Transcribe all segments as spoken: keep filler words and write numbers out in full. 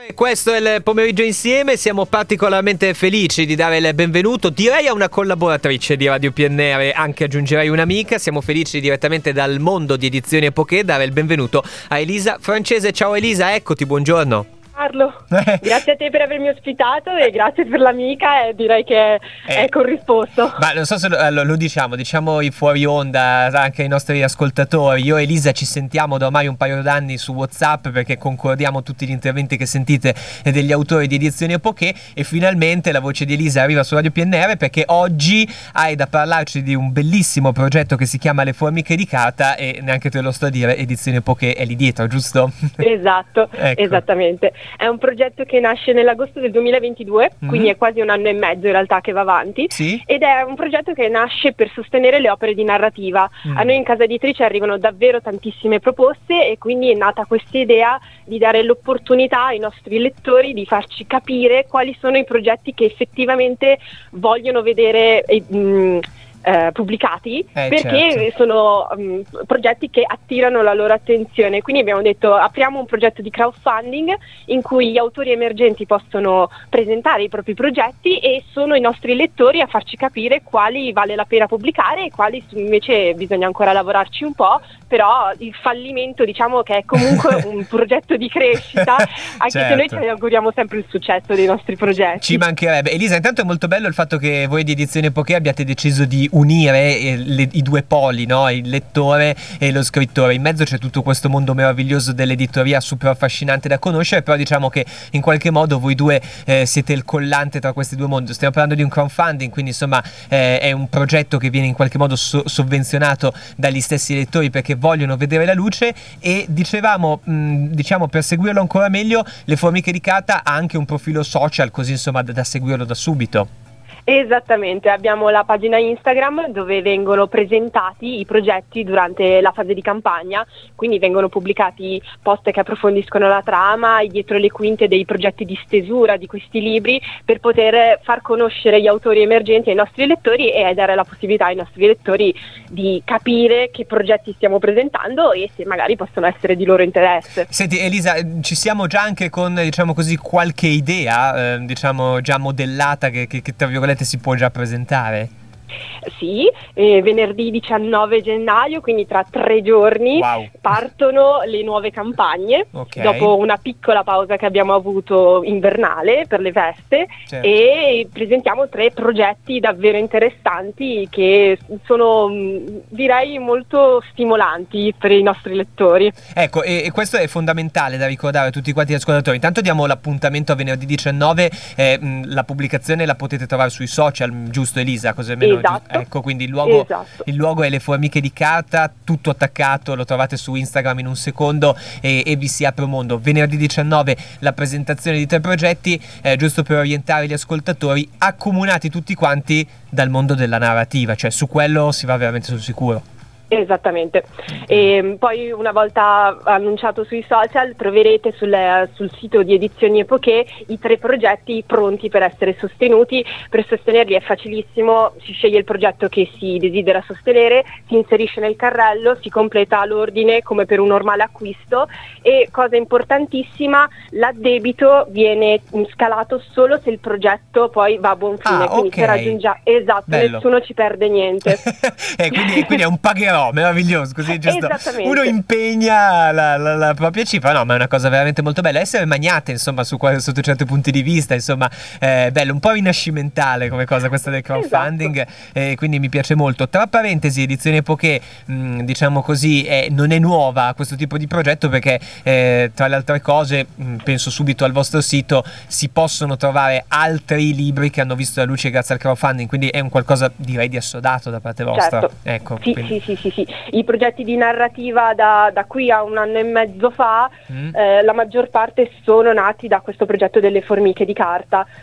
Questo è il pomeriggio insieme, siamo particolarmente felici di dare il benvenuto, direi a una collaboratrice di Radio P N R, anche aggiungerei un'amica. Siamo felici direttamente dal mondo di Edizioni Epoché dare il benvenuto a Elisa Francese. Ciao Elisa, eccoti, buongiorno. Carlo, grazie a te per avermi ospitato e grazie per l'amica, e direi che eh, è corrisposto. Ma non so se lo, lo diciamo, diciamo i fuori onda anche ai nostri ascoltatori. Io e Elisa ci sentiamo da ormai un paio d'anni su WhatsApp perché concordiamo tutti gli interventi che sentite degli autori di Edizioni Epoché, e finalmente la voce di Elisa arriva su Radio P N R perché oggi hai da parlarci di un bellissimo progetto che si chiama Le Formiche di Carta, e neanche te lo sto a dire, Edizioni Epoché è lì dietro, giusto? Esatto, ecco. Esattamente. È un progetto che nasce nell'agosto del duemilaventidue, mm-hmm. quindi è quasi un anno e mezzo in realtà che va avanti, sì? Ed è un progetto che nasce per sostenere le opere di narrativa. Mm. A noi in casa editrice arrivano davvero tantissime proposte, e quindi è nata questa idea di dare l'opportunità ai nostri lettori di farci capire quali sono i progetti che effettivamente vogliono vedere eh, mh, Eh, pubblicati, eh, perché certo. sono um, progetti che attirano la loro attenzione. Quindi abbiamo detto: apriamo un progetto di crowdfunding in cui gli autori emergenti possono presentare i propri progetti, e sono i nostri lettori a farci capire quali vale la pena pubblicare e quali invece bisogna ancora lavorarci un po'. Però il fallimento, diciamo che è comunque un progetto di crescita, anche certo. se noi ci auguriamo sempre il successo dei nostri progetti. Ci mancherebbe. Elisa, intanto è molto bello il fatto che voi di Edizioni Epoché abbiate deciso di unire eh, le, i due poli, no? Il lettore e lo scrittore. In mezzo c'è tutto questo mondo meraviglioso dell'editoria, super affascinante da conoscere, però diciamo che in qualche modo voi due eh, siete il collante tra questi due mondi. Stiamo parlando di un crowdfunding, quindi insomma eh, è un progetto che viene in qualche modo so- sovvenzionato dagli stessi lettori perché vogliono vedere la luce, e dicevamo mh, diciamo per seguirlo ancora meglio, Le Formiche di Carta ha anche un profilo social, così insomma da, da seguirlo da subito. Esattamente, abbiamo la pagina Instagram dove vengono presentati i progetti durante la fase di campagna, quindi vengono pubblicati post che approfondiscono la trama, i dietro le quinte dei progetti di stesura di questi libri, per poter far conoscere gli autori emergenti ai nostri lettori e dare la possibilità ai nostri lettori di capire che progetti stiamo presentando e se magari possono essere di loro interesse. Senti Elisa, ci siamo già anche con, diciamo così, qualche idea eh, diciamo già modellata che, che, che tra virgolette si può già presentare? Sì, eh, venerdì diciannove gennaio, quindi tra tre giorni, wow. partono le nuove campagne, okay. dopo una piccola pausa che abbiamo avuto invernale per le feste, certo. e presentiamo tre progetti davvero interessanti che sono, direi, molto stimolanti per i nostri lettori. Ecco, e, e questo è fondamentale da ricordare a tutti quanti gli ascoltatori. Intanto diamo l'appuntamento a venerdì diciannove, eh, mh, la pubblicazione la potete trovare sui social, giusto Elisa? Così almeno esatto. Ecco, quindi il luogo, esatto. il luogo è Le Formiche di Carta, tutto attaccato, lo trovate su Instagram in un secondo, e, e vi si apre un mondo. Venerdì diciannove la presentazione di tre progetti, eh, giusto per orientare gli ascoltatori, accomunati tutti quanti dal mondo della narrativa, cioè su quello si va veramente sul sicuro. Esattamente, e poi una volta annunciato sui social troverete sul, sul sito di Edizioni Epoché i tre progetti pronti per essere sostenuti. Per sostenerli è facilissimo, si sceglie il progetto che si desidera sostenere, si inserisce nel carrello, si completa l'ordine come per un normale acquisto, e cosa importantissima, l'addebito viene scalato solo se il progetto poi va a buon fine, ah, quindi okay. se raggiungiamo, esatto, bello. Nessuno ci perde niente. e quindi, quindi è un pagherò meraviglioso, così giusto. Uno impegna la, la, la propria cifra. No, ma è una cosa veramente molto bella, essere magnate insomma su, sotto certi punti di vista, insomma eh, bello, un po' rinascimentale come cosa questa del crowdfunding, esatto. eh, quindi mi piace molto. Tra parentesi, Edizioni Epoché mh, diciamo così eh, non è nuova questo tipo di progetto, perché eh, tra le altre cose mh, penso subito al vostro sito si possono trovare altri libri che hanno visto la luce grazie al crowdfunding, quindi è un qualcosa direi di assodato da parte vostra. Certo. Ecco, sì, sì, sì, sì, sì. I progetti di narrativa da, da qui a un anno e mezzo fa, mm. eh, la maggior parte sono nati da questo progetto delle Formiche di Carta.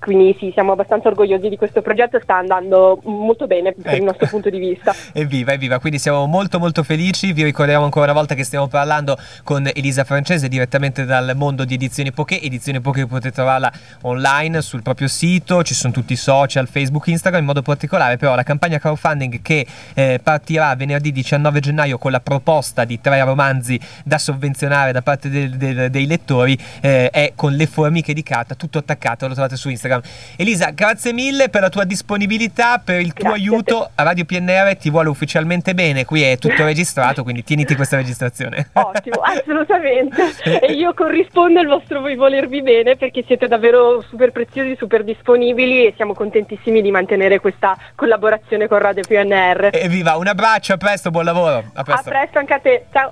quindi sì, siamo abbastanza orgogliosi di questo progetto, sta andando molto bene per ecco. il nostro punto di vista. Evviva, evviva, quindi siamo molto molto felici. Vi ricordiamo ancora una volta che stiamo parlando con Elisa Francese direttamente dal mondo di Edizioni Poké. Edizioni Poké potete trovarla online sul proprio sito, ci sono tutti i social, Facebook, Instagram, in modo particolare però la campagna crowdfunding che eh, partirà venerdì diciannove gennaio con la proposta di tre romanzi da sovvenzionare da parte del, del, dei lettori eh, è con Le formiche di carta, tutto attaccato, lo trovate su Instagram. Elisa, grazie mille per la tua disponibilità, per il tuo Grazie aiuto. A Radio P N R ti vuole ufficialmente bene, qui è tutto registrato, quindi tieniti questa registrazione. Ottimo, assolutamente. E io corrispondo al vostro voi volervi bene, perché siete davvero super preziosi, super disponibili e siamo contentissimi di mantenere questa collaborazione con Radio P N R. Evviva, un abbraccio, a presto, buon lavoro. A presto, a presto anche a te, ciao.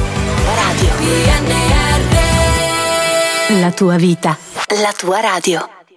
Radio P N R, la tua vita, la tua radio.